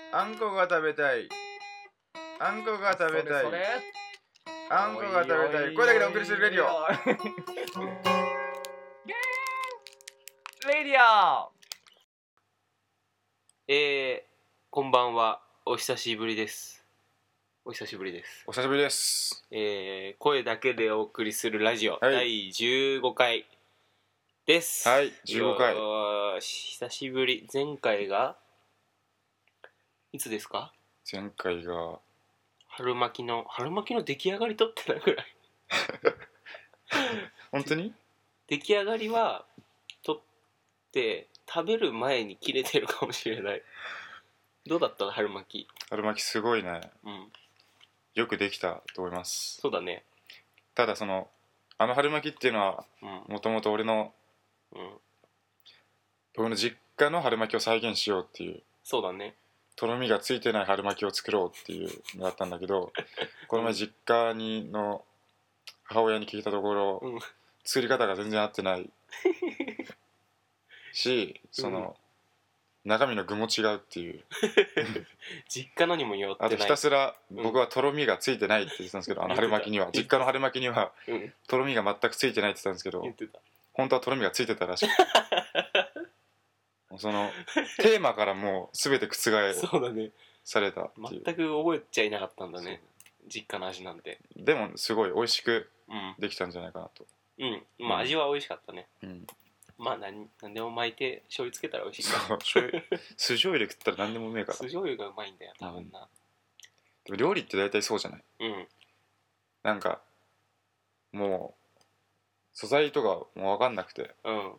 あんこが食べたい。あんこが食べたい。あんこが食べたい。これだけでお送りするレディオ。 レディオ。 こんばんは。お久しぶりです。お久しぶりです。 お久しぶりです。 声だけでお送りするラジオ、 はい第15回です。 はい、15回。 よーし、久しぶり。前回がいつですか？ 前回が春巻きの出来上がりとってないぐらい。 本当に出来上がりはとって食べる前に切れてるかもしれない。どうだった春巻き？ 春巻きすごいね。 うん、 よくできたと思います。 そうだね。 ただあの春巻きっていうのはうんもともと俺の実家の春巻きを再現しようっていう、 そうだね。 とろみがついてない春巻きを作ろうっていうのだったんだけどこの前実家の母親に聞いたところ、作り方が全然合ってないし、中身の具も違うっていう実家のにもよってない。 あとひたすら僕はとろみがついてないって言ってたんですけど、あの春巻きには実家の春巻きにはとろみが全くついてないって言ってたんですけど、本当はとろみがついてたらしくてテーマからもう全て覆そうだね。 されたっていう。 全く覚えちゃいなかったんだね、実家の味なんて。 でもすごい美味しくできたんじゃないかなと。 まあ味は美味しかったね。 うんまあ何でも巻いて醤油つけたら美味しいそう酢醤油で食ったら何でもうめえから。 酢醤油がうまいんだよ多分な。 でも料理って大体そうじゃない？なんかもう素材とかもう分かんなくて、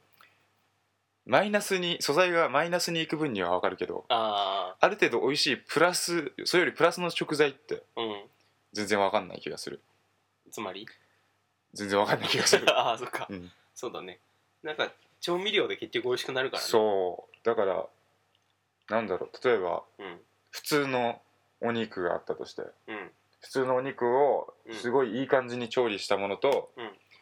素材がマイナスにいく分には分かるけど、ある程度美味しいプラス、それよりプラスの食材って全然分かんない気がする。 つまり全然分かんない気がする。 ああそっか、そうだね。なんか調味料で結局美味しくなるからね。 そうだからなんだろう、例えば、普通のお肉があったとして、普通のお肉をすごいいい感じに調理したものと、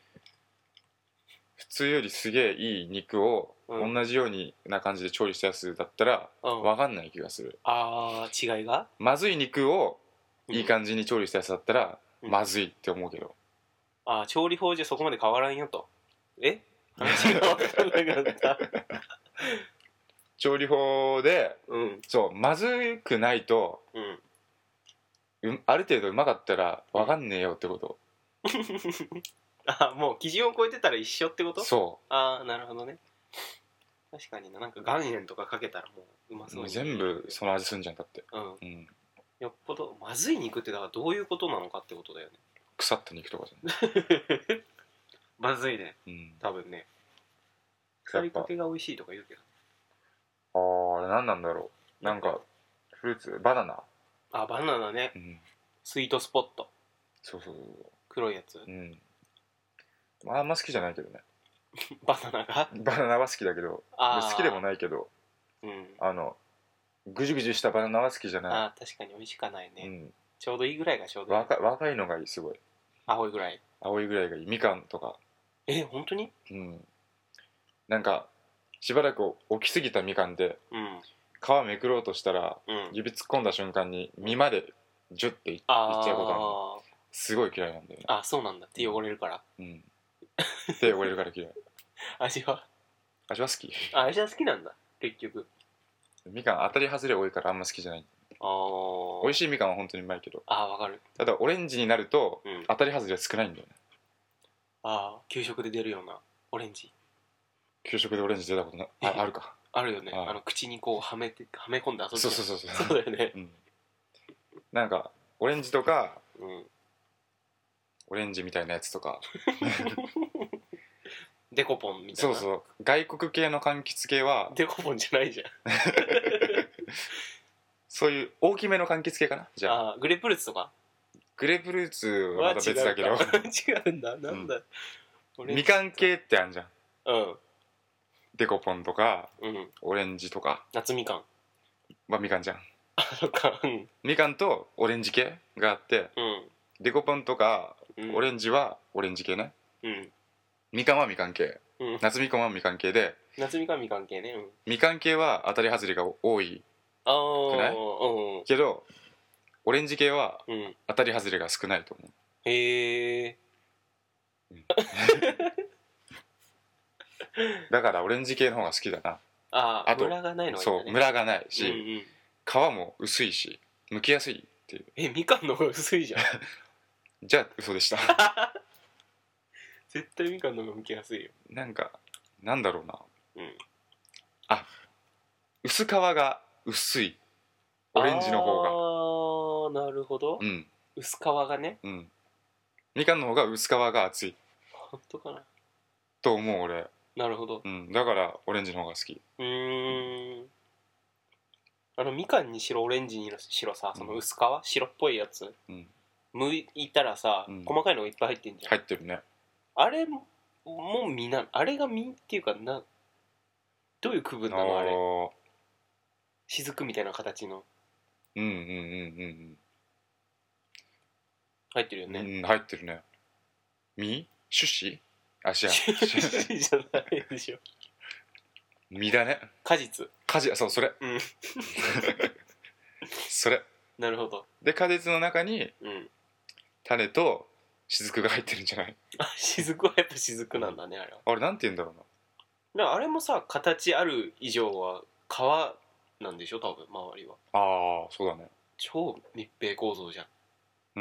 普通よりすげえいい肉を同じような感じで調理したやつだったら分かんない気がする。 違いが？ まずい肉をいい感じに調理したやつだったらまずいって思うけど、 調理法じゃそこまで変わらんよと。話が分からなかった調理法で、そうまずくないと、ある程度うまかったら分かんねえよってこと。 もう基準を超えてたら一緒ってこと？ そう。 なるほどね。確かになんか岩塩とかかけたらもううまそうに。 全部その味すんじゃんだって。 よっぽどまずい肉ってだからどういうことなのかってことだよね。 腐った肉とかじゃん。 まずいね。多分ね。腐りかけが美味しいとか言うけど。 あれ何なんだろう。なんかフルーツ、バナナ。 バナナね。スイートスポット。 そう黒いやつ。 あんま好きじゃないけどね。 バナナが？ バナナは好きだけど、好きでもないけど、ぐじゅぐじゅしたバナナは好きじゃない。 確かに美味しかないね。ちょうどいいぐらいがちょうどいい。 若いのがいい、すごい。 青いぐらい。 青いぐらいがいい。みかんとか。 本当に？ なんかしばらく大きすぎたみかんで、皮めくろうとしたら、指突っ込んだ瞬間に実までジュッていっちゃうことあるの。すごい嫌いなんだよね。 そうなんだ。手汚れるから。 手汚れるから嫌い。 味は好き。 味は好きなんだ結局。 みかん当たり外れ多いからあんま好きじゃない。美味しいみかんは本当にうまいけど。 わかる。 ただオレンジになると、当たり外れ少ないんだよね。 給食で出るようなオレンジ。 給食でオレンジ出たことないあるか。 あるよね。口にこうはめ込んで遊ぶ。 そうだよね。 なんかオレンジとか、オレンジみたいなやつとかデコポンみたいな。 外国系の柑橘系はデコポンじゃないじゃんそういう大きめの柑橘系かな。じゃあグレープフルーツとか。 グレープフルーツはまた別だけど違うんだ。なんだ、 みかん系ってあるじゃん。デコポンとか、オレンジとか。 夏みかんはみかんじゃん。 そっか。 みかんとオレンジ系があって、デコポンとかオレンジはオレンジ系ね。みかんはみかん系。夏みかんはみかん系で。 夏みかんみかん系ね。 みかん系は当たり外れが多いくない？ うん。 けどオレンジ系はうん。 当たり外れが少ないと思う。 へえ。 だからオレンジ系の方が好きだな。あとあ、ムラがないのがいいんだね。 そう、ムラがないし、 うんうん。 皮も薄いし剥きやすいっていう。 みかんの方が薄いじゃん。 じゃあ嘘でした。 絶対みかんの方が剥きやすいよ。 なんかなんだろうな、 うん。 薄皮が薄いオレンジの方が。ああ、なるほど。 うん、 薄皮がね。 うん、みかんの方が薄皮が厚い本当かな。 と思う俺。 なるほど。 うん、だからオレンジの方が好き。 みかんにしろオレンジにしろさ、その薄皮、白っぽいやつ、 うん、 剥いたらさ、細かいのがいっぱい入ってんじゃん。 入ってるね。 あれも実な、あれが実っていうかどういう区分なのあれ。雫みたいな形の。 うんうんうんうん入ってるよね。 うん、入ってるね。実？種子？あ、違う。 じゃないでしょ。 実だね。 果実。 そう、それ。 うん。 それ。 なるほど。 で果実の中にうん。 種と雫が入ってるんじゃない？ 雫はやっぱ雫なんだね、あれは。 あれなんて言うんだろうな。 あれもさ、形ある以上は皮なんでしょ、多分周りは。 ああ、そうだね。 超密閉構造じゃん。 うん。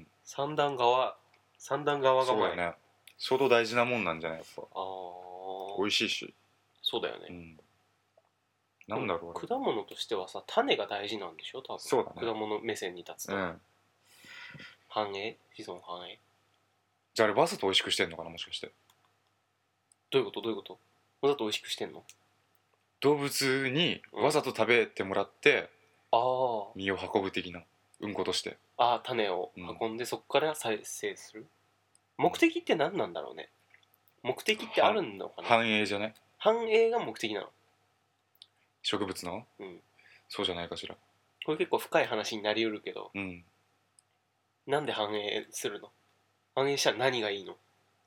三段側がそうだね。相当大事なもんなんじゃない？やっぱああ、 美味しいし。 そうだよね。 うん。なんだろう、 果物としてはさ、種が大事なんでしょ、多分。 そうだね。 果物目線に立つと。 うん。 繁栄、子孫繁栄。 じゃああれわざと美味しくしてんのかな、もしかして。 どういうことわざと美味しくしてんの？ 動物にわざと食べてもらって、 あ身を運ぶ的な、うんことして。 あ、種を運んで、そこから再生する。目的って何なんだろうね。目的ってあるのかな。 繁栄じゃね？ 繁栄が目的なの？ 植物の？ うん。 そうじゃないかしら。 これ結構深い話になりうるけど、 うん。 なんで繁栄するの？繁栄したら何がいいの？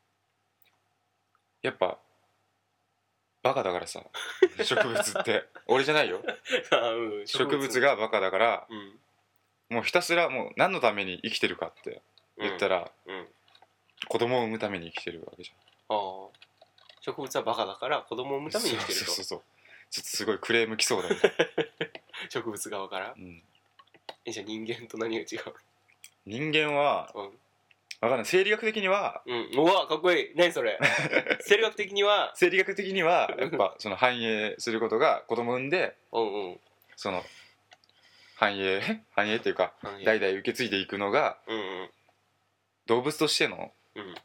やっぱバカだからさ、植物って俺じゃないよ。 うん、 植物がバカだから、 うん、 もうひたすらもう何のために生きてるかって言ったら、 うん、 子供を産むために生きてるわけじゃん。 ああ、植物はバカだから子供を産むために生きてると。 そうちょっとすごいクレーム来そうだよね。 植物側から、じゃあ人間と何が違う？ 人間は、分かんない。生理学的には、 うわかっこいい。何それ。生理学的にはやっぱその繁栄することが子供産んで、その繁栄っていうか代々受け継いでいくのが、動物としての、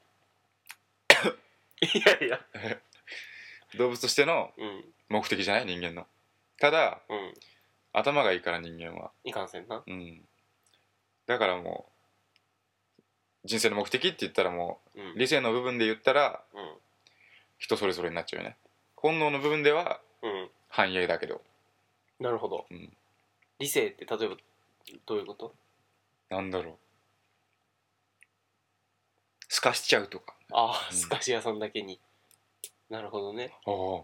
いやいや動物としての目的じゃない？人間の。ただ、頭がいいから人間はいかんせんな。 だからもう人生の目的って言ったらもう、理性の部分で言ったら、人それぞれになっちゃうよね。本能の部分では、繁栄だけど。 なるほど。理性って例えばどういうこと？ なんだろう、すかしちゃうとか。 ああ、すかし屋さんだけに。なるほどね。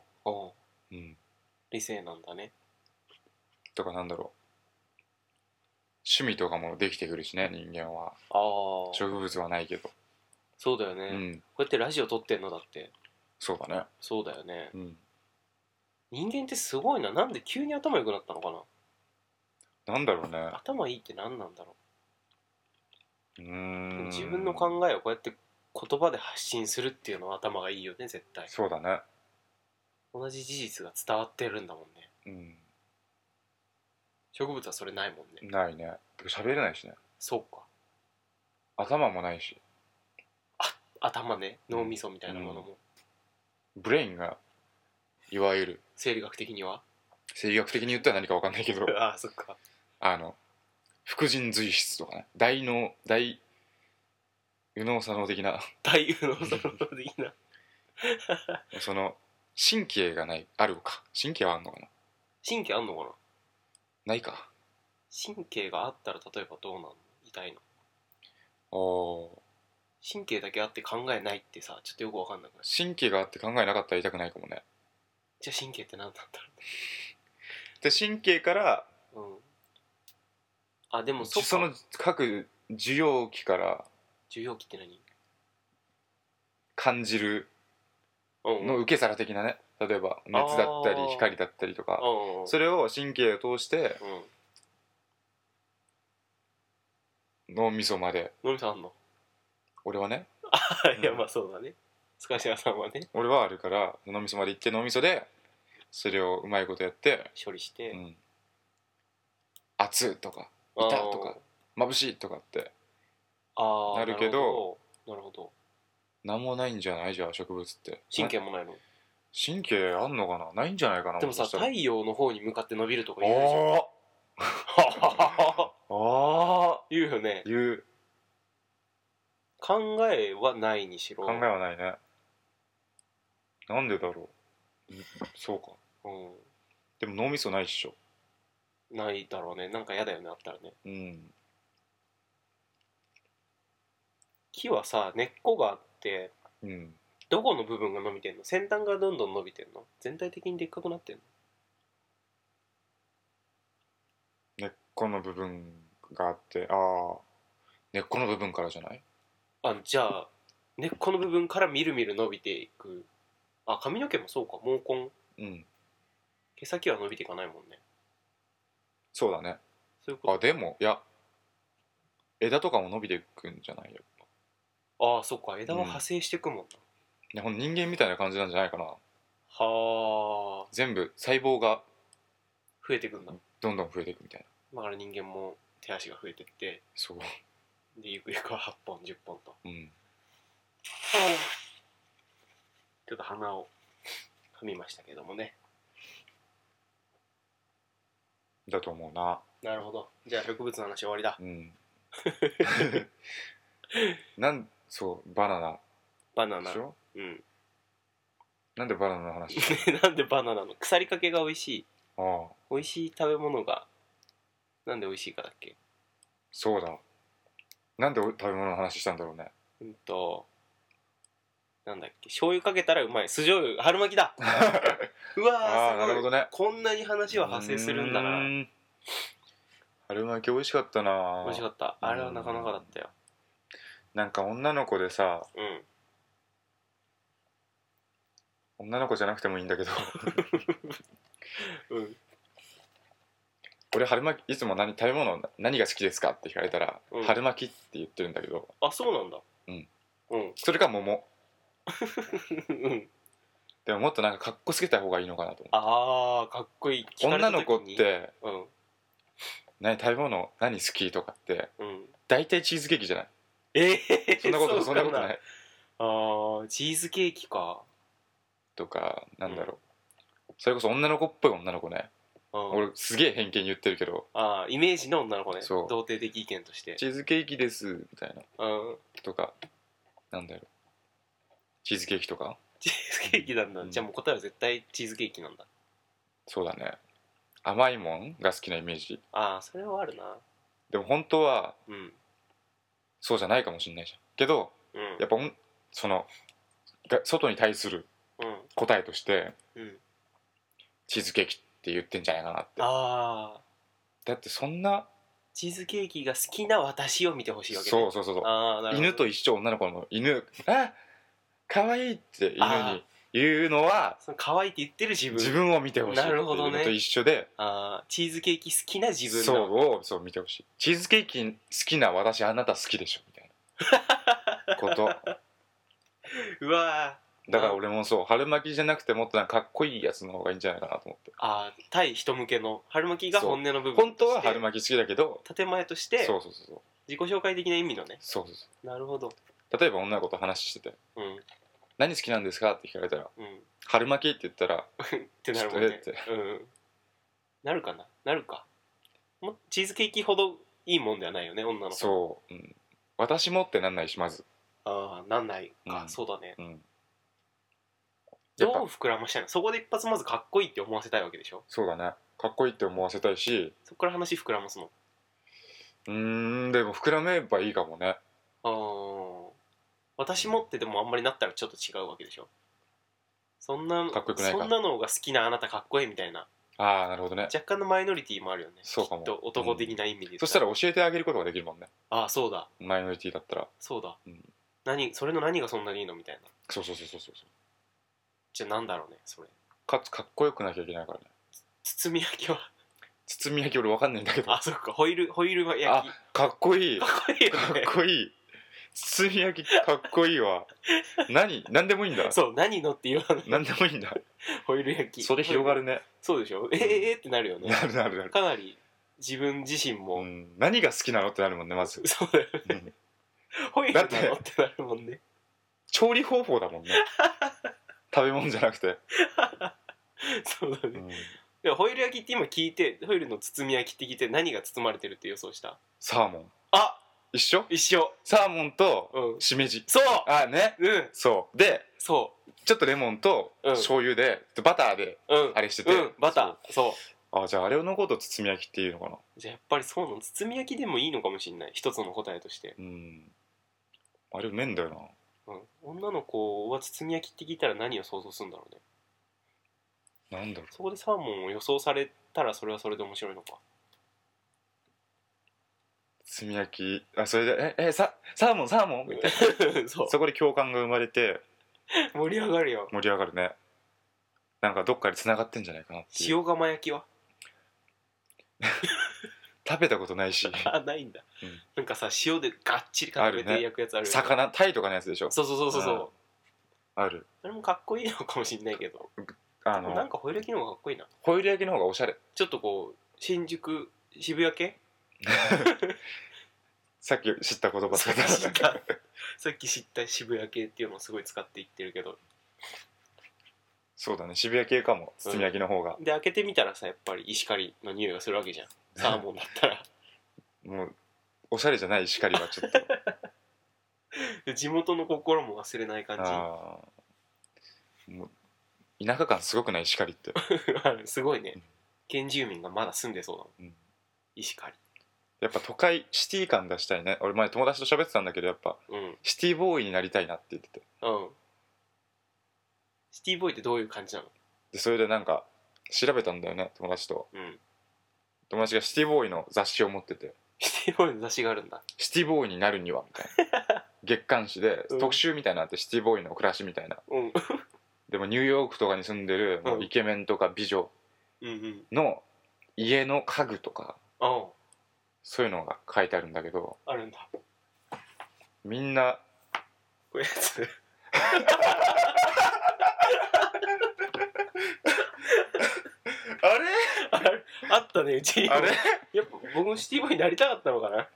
理性なんだね。 とかなんだろう、趣味とかもできてくるしね、人間は。植物はないけど。 そうだよね。こうやってラジオ撮ってんのだって。 そうだね。 そうだよね。人間ってすごいな。なんで急に頭良くなったのかな。 なんだろうね。 頭いいって何なんだろう。自分の考考えをこうやって言葉で発信するっていうのは頭がいいよね、絶対。 そうだね。 同じ事実が伝わってるんだもんね。植物はそれないもんね。 ないね。喋れないしね。 そうか。 頭もないし。 頭ね、脳みそみたいなものも。 ブレインが、いわゆる生理学的に言ったら何か分かんないけどああ、そっか。 副腎髄質とかね、大右脳左脳的な大右脳左脳的なその神経がない、あるか。神経はあんのかな。 神経あんのかな。 ないか。 神経があったら例えばどうなの？痛いの？ 神経だけあって考えないってさ、ちょっとよく分かんなくない？ 神経があって考えなかったら痛くないかもね。 じゃあ神経って何なんだろうね。 で神経からうん、あでもその各受容器から受容器って何？ 感じるの受け皿的なね、例えば熱だったり光だったりとか、それを神経を通して脳みそまで。 脳みそあんの？ 俺はねいやまあそうだね、スカシアさんはね。 俺はあるから脳みそまで行って脳みそでそれをうまいことやって処理して、うん、 熱とか痛とか眩しいとかってなるけど、 なるほど。 なんもないんじゃない？じゃあ植物って神経もないの？ 神経あんのかな？ないんじゃないかな。 でもさ、太陽の方に向かって伸びるとか言うじゃん。言うよね。 言う。 考えはないにしろ。 考えはないね。なんでだろう。そうか。うん。でも脳みそないっしょ。 ないだろうね。なんか嫌だよね、あったらね。 うん。 木はさ、根っこがあって、うん、どこの部分が伸びてんの？先端がどんどん伸びてんの？全体的にでっかくなってんの？ 根っこの部分があって、ああ、根っこの部分からじゃない？ あ、じゃあ根っこの部分からみるみる伸びていく。あ、髪の毛もそうか、毛根。うん。毛先は伸びていかないもんね。 そうだね。 そういうこと。 あ、でもいや、枝とかも伸びていくんじゃないよ。 ああ、そっか、枝は派生していくもんな。ほん人間みたいな感じなんじゃないかな。はあ。 全部細胞が増えていくんだ。 どんどん増えていくみたいな。だから人間も手足が増えてって、 そうでゆくゆくは8本10本と。うん。ちょっと鼻を噛みましたけどもね。 だと思うな。 なるほど。じゃあ植物の話終わりだ。うん。 そうバナナ。 バナナ。でしょ？うん。 なんでバナナの話？ なんでバナナの腐りかけが美味しい。 ああ。 美味しい食べ物がなんで美味しいかだっけ？ そうだ。なんで食べ物の話したんだろうね。 なんだっけ、醤油かけたらうまい。酢醤油、春巻きだ。うわー、すごい。なるほどね。こんなに話は派生するんだな。 春巻き美味しかったな。 美味しかった。あれはなかなかだったよ。 なんか女の子でさ、うん、女の子じゃなくてもいいんだけど、うん、俺春巻きいつも食べ物何が好きですかって聞かれたら、うん、春巻きって言ってるんだけど。 あ、そうなんだ。 うん、うん、それか桃。うん、でももっとなんかかっこつけた方がいいのかなと思って。 ああ、かっこいい。 女の子って、うん、食べ物何好きとかって、うん、大体チーズケーキじゃない？そんなことない。 ああ、チーズケーキか。 とかなんだろう、それこそ女の子っぽい女の子ね。俺すげえ偏見言ってるけど、 ああ、イメージの女の子ね。そう、童貞的意見としてチーズケーキですみたいな、とかなんだろう、チーズケーキとか。 チーズケーキなんだ、じゃあもう答えは絶対チーズケーキなんだ。 そうだね。甘いもんが好きなイメージ。 ああ、それはあるな。 でも本当は、そうじゃないかもしれないじゃんけど、やっぱその外に対する答えとして、チーズケーキって言ってんじゃないかなって。ああ、だってそんなチーズケーキが好きな私を見てほしいわけね。 そうそうそうそう。あ、犬と一緒。女の子の犬、あ、可愛いって犬に言うのは、 その可愛いって言ってる自分を見てほしい。なるほどね。と一緒で、 チーズケーキ好きな自分のそう見てほしい。チーズケーキ好きな私、あなた好きでしょみたいなことうわー、だから俺もそう、春巻きじゃなくてもっとなんかかっこいいやつの方がいいんじゃないかなと思って。 対人向けの春巻きが本音の部分。 本当は春巻き好きだけど、 建前としてそう自己紹介的な意味のね。 そうそうそう。 なるほど。 例えば女の子と話してて、何好きなんですかって聞かれたら、春巻きって言ったらってなるもんね。なるかな、なるか。チーズケーキほどいいもんではないよね、女の子。 そう、私もってなんないし、まず。 なんないか、そうだね。どう膨らましたいの？そこで一発まずかっこいいって思わせたいわけでしょ？ そうだね、かっこいいって思わせたいし、 そこから話膨らますの？ でも膨らめばいいかもね。 私もってでもあんまりなったらちょっと違うわけでしょ？そんなかっこよくないか。 そんなのが好きなあなたかっこいいみたいな。 ああなるほどね。 若干のマイノリティもあるよね。 そうかも。 きっと男的な意味で、 そしたら教えてあげることができるもんね。 ああそうだ。 マイノリティだったら。 そうだ。それの何がそんなにいいのみたいな。 そうじゃあなんだろうねそれ。 かつかっこよくなきゃいけないからね。 包み焼きは包み焼き俺わかんないんだけど。 あそっかホイル焼き。 あかっこいい。 かっこいいよね。 かっこいい。包み焼きかっこいいわ。何でもいいんだ。 そう何のって言わない。 何でもいいんだ。 ホイル焼き。 それ広がるね。 そうでしょ。ってなるよね。 なる。 かなり自分自身も、 何が好きなのってなるもんねまず。 そうだよね。ホイルなのってなるもんね。 調理方法だもんね。食べ物じゃなくて。 そうだね。でもホイル焼きって今聞いて、ホイルの包み焼きって聞いて何が包まれてるって予想した？ サーモン。 あ一緒サーモンとしめじ。 そうあね。そうでちょっとレモンと醤油でバターであれしてて、 バターそう。 あじゃああれのこと包み焼きっていうのかな。 じゃあやっぱりそうなの。包み焼きでもいいのかもしれない。一つの答えとして。 あれうめえんだよな。女の子は包み焼きって聞いたら何を想像するんだろうね。 なんだろう。 そこでサーモンを予想されたらそれはそれで面白いのか。 包み焼きそれでサーモンみたいなそこで共感が生まれて盛り上がるよ。 盛り上がるね。なんかどっかで繋がってんじゃないかなっていう。 塩釜焼きは食べたことないし。 ないんだ、なんかさ塩でガッチリ固めて焼くやつあるよね。 魚タイとかのやつでしょ。 そうある。 それもかっこいいのかもしれないけどなんかホイル焼きの方がかっこいいな。 ホイル焼きの方がおしゃれ。 ちょっとこう新宿渋谷系さっき知った言葉さっき知った渋谷系っていうのをすごい使っていってるけど。 そうだね渋谷系かも包み焼きの方が、 で開けてみたらさやっぱり石狩りの匂いがするわけじゃんサーモンだったらもうおしゃれじゃない石狩りはちょっとで地元の心も忘れない感じ。もう田舎感すごくない石狩りってすごいね。原住民がまだ住んでそうだもん、石狩り。 やっぱ都会シティ感出したいね。俺前友達と喋ってたんだけどやっぱ、シティボーイになりたいなって言ってて、 シティボーイってどういう感じなの？ でそれでなんか調べたんだよね友達と、友達がシティボーイの雑誌を持ってて、 シティボーイの雑誌があるんだ。 シティボーイになるにはみたいな月刊誌で特集みたいなのあって、シティボーイの暮らしみたいな、でもニューヨークとかに住んでるもうイケメンとか美女の家の家具とか、そういうのが書いてあるんだけど、 あるんだ。 みんなこういうやつあったねうちに。 あれやっぱ僕もシティボーイになりたかったのかな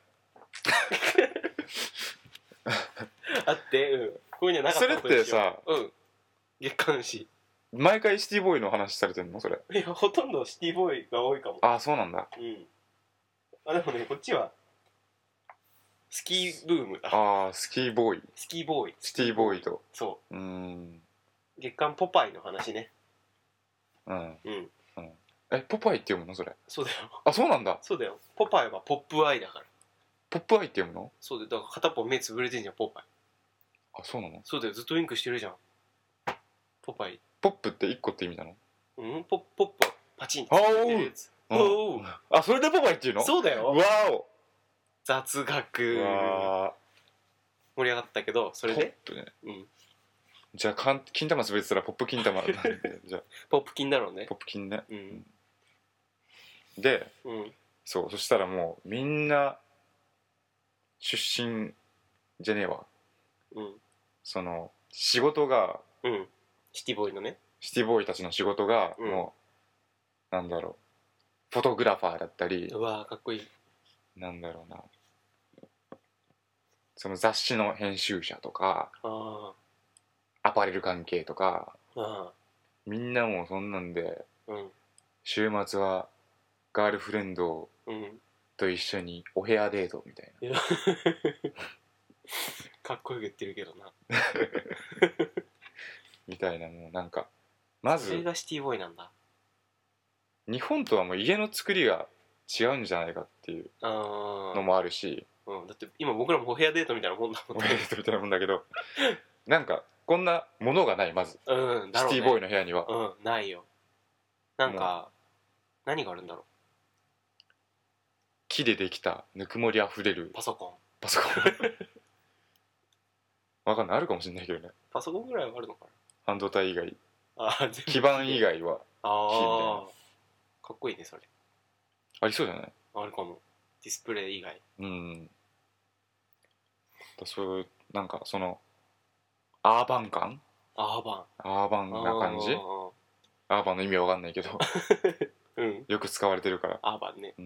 あって、こういうのなかった。 それってさ、 月刊誌毎回シティボーイの話されてんのそれ？ いやほとんどシティボーイが多いかも。 あそうなんだ。 でもねこっちはスキーブームだ。 スキーボーイスキーボーイシティボーイとそう月刊ポパイの話ね。 ポパイって読むのそれ？ そうだよ。 そうなんだ。 そうだよ。ポパイはポップアイだから。 ポップアイって読むの？ そうだよ。だから片っぽ目つぶれてんじゃんポパイ。 そうなの？ そうだよ。ずっとウインクしてるじゃんポパイ。 ポップって1個って意味なの？ ポップはパチンってついてるやつ。 それでポパイっていうの？ そうだよ。 わお雑学盛り上がったけどそれでポップね。じゃあ金玉滑ってたらポップ金玉なんでじゃあポップ金だろうね。 ポップ金ね。で、そしたらもうみんな出身じゃねえわ。その仕事が、 シティボーイのねシティボーイたちの仕事が、もうなんだろうフォトグラファーだったり、 うわーかっこいい。 なんだろうなその雑誌の編集者とかアパレル関係とかみんなもうそんなんで、週末はガールフレンドと一緒にお部屋デートみたいなかっこよく言ってるけどなみたいな。もうなんかまずそれがシティボーイなんだ。 日本とはもう家の作りが違うんじゃないかっていうのもあるし、 だって今僕らもお部屋デートみたいなもんだもんね。 お部屋デートみたいなもんだけどなんかこんなものがないまず、シティボーイの部屋には、 ないよ。なんか何があるんだろう。 木でできたぬくもりあふれるパソコン。 パソコンわかんない、あるかもしれないけどね。 パソコンぐらいはあるのか半導体以外、 な。 基板以外は木みたいな。 かっこいいねそれ。 ありそうじゃない？ あるかも。ディスプレイ以外。 そういうなんかそのアーバン感、 アーバンな感じ。アーバンの意味は分かんないけどよく使われてるから。 アーバンね。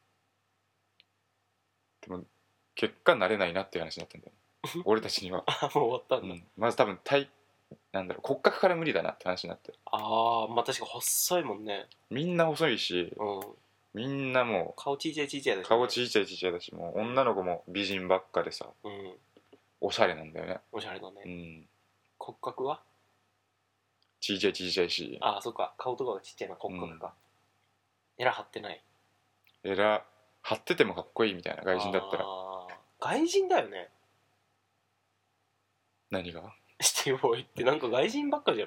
でも結果慣れないなっていう話になったんだよ俺たちには。 もう終わったんだ。 まず多分なんだろう、骨格から無理だなって話になって。 まあ確か細いもんね。 みんな細いし、みんなもう顔ちいちゃいちいちゃいだし、 顔ちいちゃいちいちゃいだし、もう女の子も美人ばっかでさ、おしゃれなんだよね。 おしゃれだね。骨格はちいちゃいちいちゃいし。 そっか、顔とかがちっちゃいな骨格か。エラ張ってない。 エラ張っててもかっこいいみたいな、外人だったら。 外人だよね。 何が？ シティボーイってなんか外人ばっかじゃない？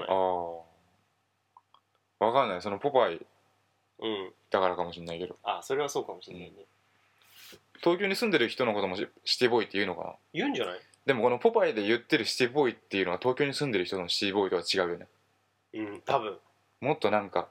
わかんない、そのポパイだからかもしれないけど。 それはそうかもしれないね。 東京に住んでる人のこともシティボーイって言うのかな？ 言うんじゃない？ でもこのポパイで言ってるシティボーイっていうのは東京に住んでる人のシティボーイとは違うよね。 多分もっとなんか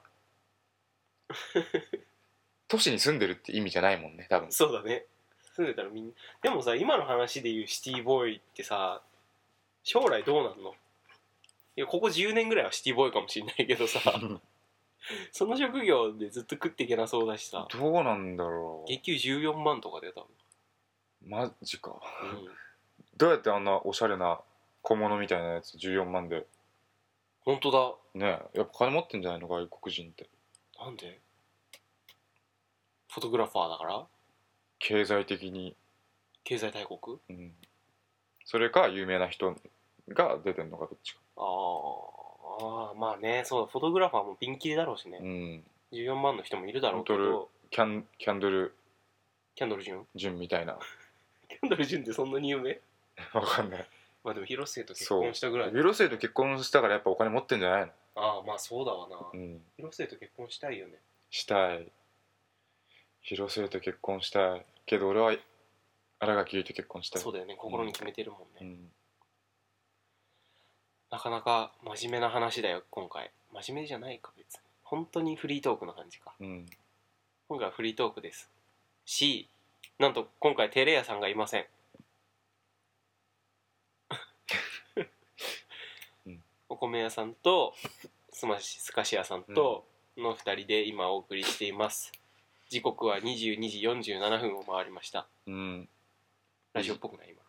都市に住んでるって意味じゃないもんね、多分。 そうだね。住んでたらみんな。でもさ、今の話で言うシティボーイってさ、将来どうなんの？いや、ここ10年ぐらいはシティボーイかもしれないけどさその職業でずっと食っていけなそうだしさ。 どうなんだろう。 月給14万とかで多分。 マジか。どうやってあんなおしゃれな小物みたいなやつ14万で。 本当だねえ、やっぱ金持ってんじゃないの、外国人って。 なんで？フォトグラファーだから？ 経済的に。 経済大国？ それか有名な人が出てんのか、どっちか。 まあね、そうだ、フォトグラファーもピンキリだろうしね。14万の人もいるだろうけど。 キャンドルジュンみたいな。 キャンドル・ジュンってそんなに有名？ わかんない。 まあでも広末と結婚したぐらい。 広末と結婚したからやっぱお金持ってんじゃないの？ まあそうだわな。広末と結婚したいよね。 したい。広末と結婚したいけど俺は新垣結衣と結婚したい。 そうだよね、心に決めてるもんね。なかなか真面目な話だよ今回。真面目じゃないか別に。本当にフリートークの感じか。今回はフリートークですし、なんと今回テレ屋さんがいません。お米屋さんとすかし屋さんとの2人で今お送りしています。時刻は22時47分を回りました。ラジオっぽくない？今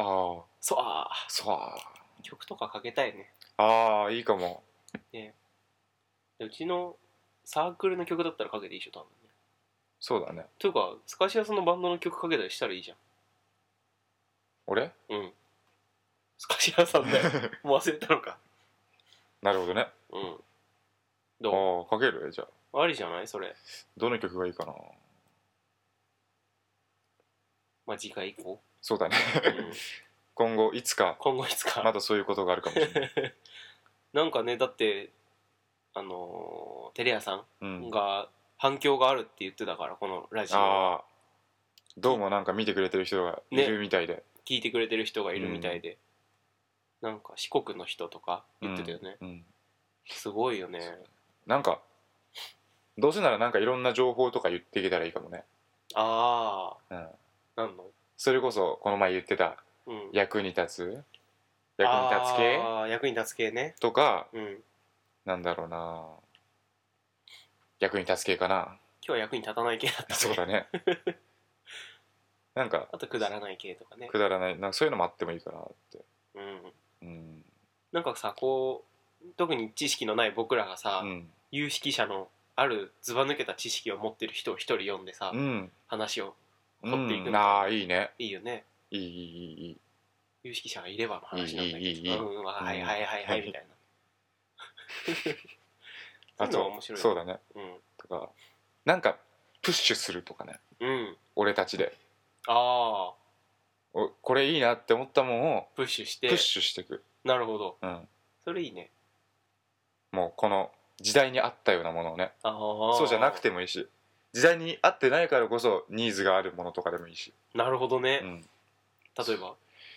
曲とかかけたいね。 いいかもね。うちのサークルの曲だったらかけていいでしょ多分ね。 そうだね。 というかスカシ屋さんのバンドの曲かけたりしたらいいじゃん。 俺？ スカシ屋さんだよもう忘れたのか。なるほどね。どう？かける？じゃあありじゃないそれ。 どの曲がいいかな。 まあ次回以降。 そうだね今後いつかまだそういうことがあるかもしれないなんかね、だってテレ屋さんが反響があるって言ってたから、このラジオ。 どうもなんか見てくれてる人がいるみたいで、 聞いてくれてる人がいるみたいで、なんか四国の人とか言ってたよね。すごいよね。 なんかどうせならなんかいろんな情報とか言っていけたらいいかもね。 なんの？ それこそこの前言ってた役に立つ系ねとか、なんだろうな、役に立つ系かな。 今日は役に立たない系だったね。 そうだねなんかあとくだらない系とかね。 くだらない、なんかそういうのもあってもいいかなって。 なんかさ、こう特に知識のない僕らがさ、有識者のあるずば抜けた知識を持ってる人を一人読んでさ、話を掘っていくの。 いいね。 いいよね。 いい有識者がいればの話なんだけど、はいみたいなあと面白い。 そうだね。とかなんかプッシュするとかね。俺たちでこれいいなって思ったもんをプッシュしていく。なるほど。それいいね。 もうこの時代に合ったようなものをね。そうじゃなくてもいいし、時代に合ってないからこそニーズがあるものとかでもいいし。 なるほどね、例えば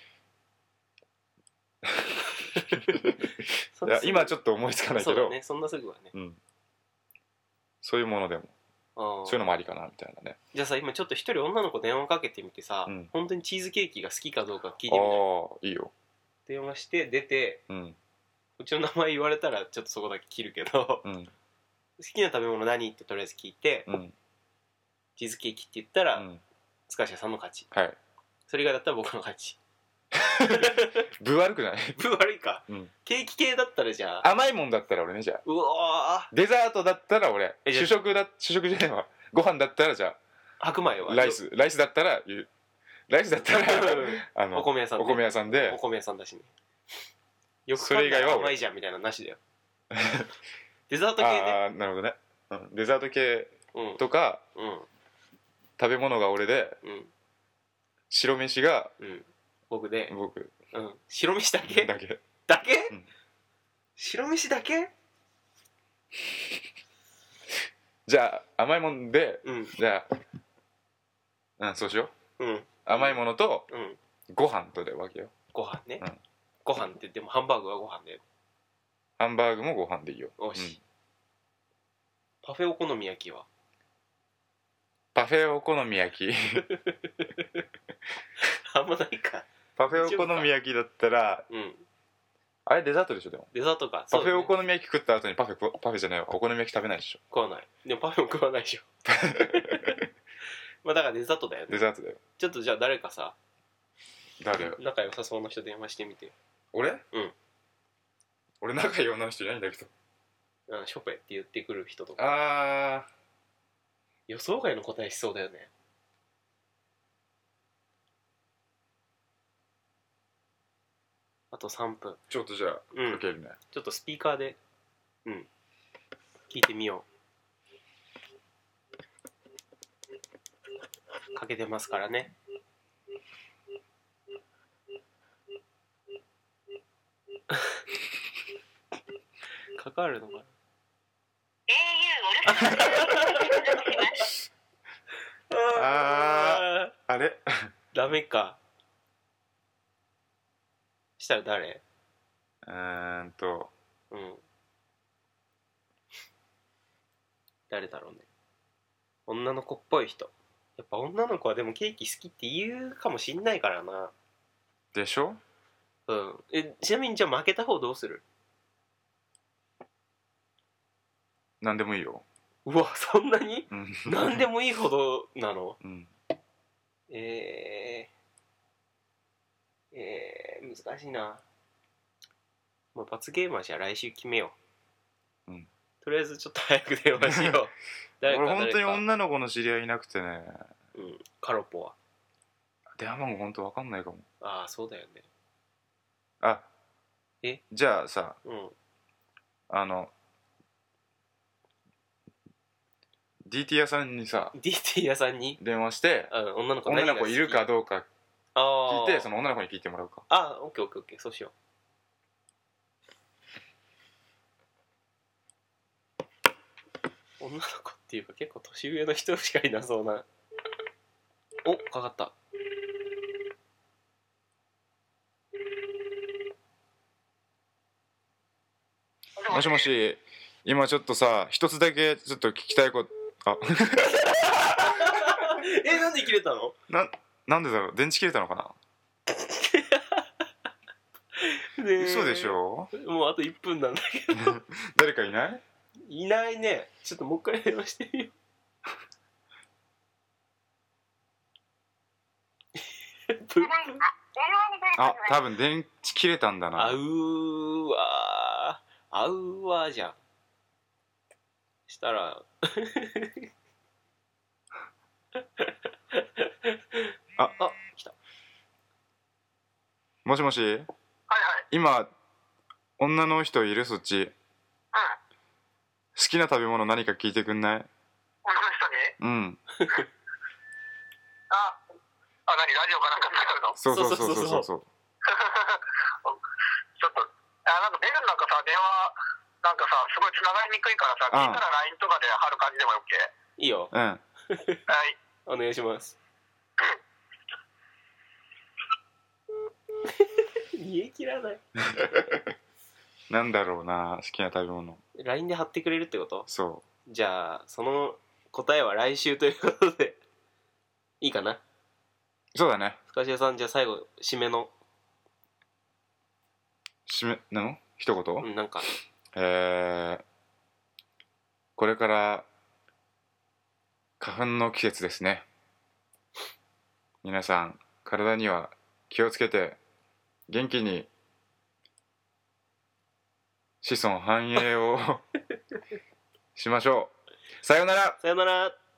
いや今ちょっと思いつかないけど、そうだね、そんなすぐはね、 そういうものでもそういうのもありかなみたいなね。じゃあさ、今ちょっと一人女の子電話かけてみてさ、本当にチーズケーキが好きかどうか聞いてみない？ いいよ。 電話して出て、うちの名前言われたらちょっとそこだけ切るけど、好きな食べ物何ってとりあえず聞いて、チーズケーキって言ったら塚地さんの勝ち。それ以外だったら僕の勝ち。 分悪くない？ 分悪いか、ケーキ系だったらじゃあ甘いもんだったら俺ね。じゃあうわデザートだったら俺、主食じゃねえわ、ご飯だったらじゃあ白米はライスだったらお米屋さんで、 お米屋さんで、 お米屋さんだしね。よく考えたら甘いじゃんみたいなのなしだよ。デザート系ね。 なるほどね、デザート系とか、食べ物が俺で、白飯が僕で、 僕、 白飯だけ？白飯だけ？ じゃあ甘いもんで、じゃあそうしよう。甘いものとご飯とで分けよう。 ご飯ね。ご飯ってでもハンバーグはご飯で。 ハンバーグもご飯でいいよ。 よし。パフェお好み焼きは？ パフェお好み焼きあんまないか。 パフェお好み焼きだったら、あれデザートでしょ。でもデザートか。 パフェお好み焼き食った後にパフェじゃないわ、お好み焼き食べないでしょ。 食わない。でもパフェも食わないでしょ。まあだからデザートだよね。 デザートだよ。 ちょっとじゃあ誰かさ、 誰？ 仲良さそうな人電話してみて。 俺？俺仲良い女の人いないんだけど。ショペって言ってくる人とか。 予想外の答えしそうだよね。あと3分。 ちょっとじゃあかけるね。 ちょっとスピーカーで聞いてみよう。かけてますからね。かかるのかな。 あれダメか。したら誰？誰だろうね。女の子っぽい人。やっぱ女の子はでもケーキ好きって言うかもしんないからな。 でしょ？ ちなみにじゃあ負けた方どうする？ なんでもいいよ。 うわ、そんなに？なんでもいいほどなの？難しいな。もう罰ゲームはじゃあ来週決めよう。とりあえずちょっと早く電話しよう。 俺本当に女の子の知り合いいなくてね。 カロポは電話番号本当わかんないかも。 ああ、そうだよね。 じゃあさ、DT 屋さんにさ、 DT 屋さんに電話して、 女の子いるかどうか聞いて、その女の子に聞いてもらうか。 オッケーそうしよう。女の子っていうか結構年上の人しかいなそうな。お、かかった。 もしもし、今ちょっとさ、一つだけちょっと聞きたいこと。 なんで切れたの？ なんでだろう、電池切れたのかな。嘘でしょ。 もうあと1分なんだけど。 誰かいない？ いないね。ちょっともう一回電話してみよう。 多分電池切れたんだな。 あうわーじゃん。したら来た。 もしもし。今女の人いる？そっち。好きな食べ物何か聞いてくんない？女の人に？何、ラジオかなんか使うの？ そうちょっとなんかさ、電話なんかさ、すごい繋がりにくいからさ、聞いたら LINE とかで貼る感じでも OK？ いいよ。 うん。 はい。 お願いします。煮え切らない。 なんだろうな、好きな食べ物。 LINE で貼ってくれるってこと？ そじゃあその答えは来週ということでいいかな。 う。そうだね。 スカシエさん、じゃあ最後締めの締めなの一言、 なんかこれから花粉の季節ですね。皆さん体には気をつけて元気に子孫繁栄をしましょう。さようなら。 さよなら。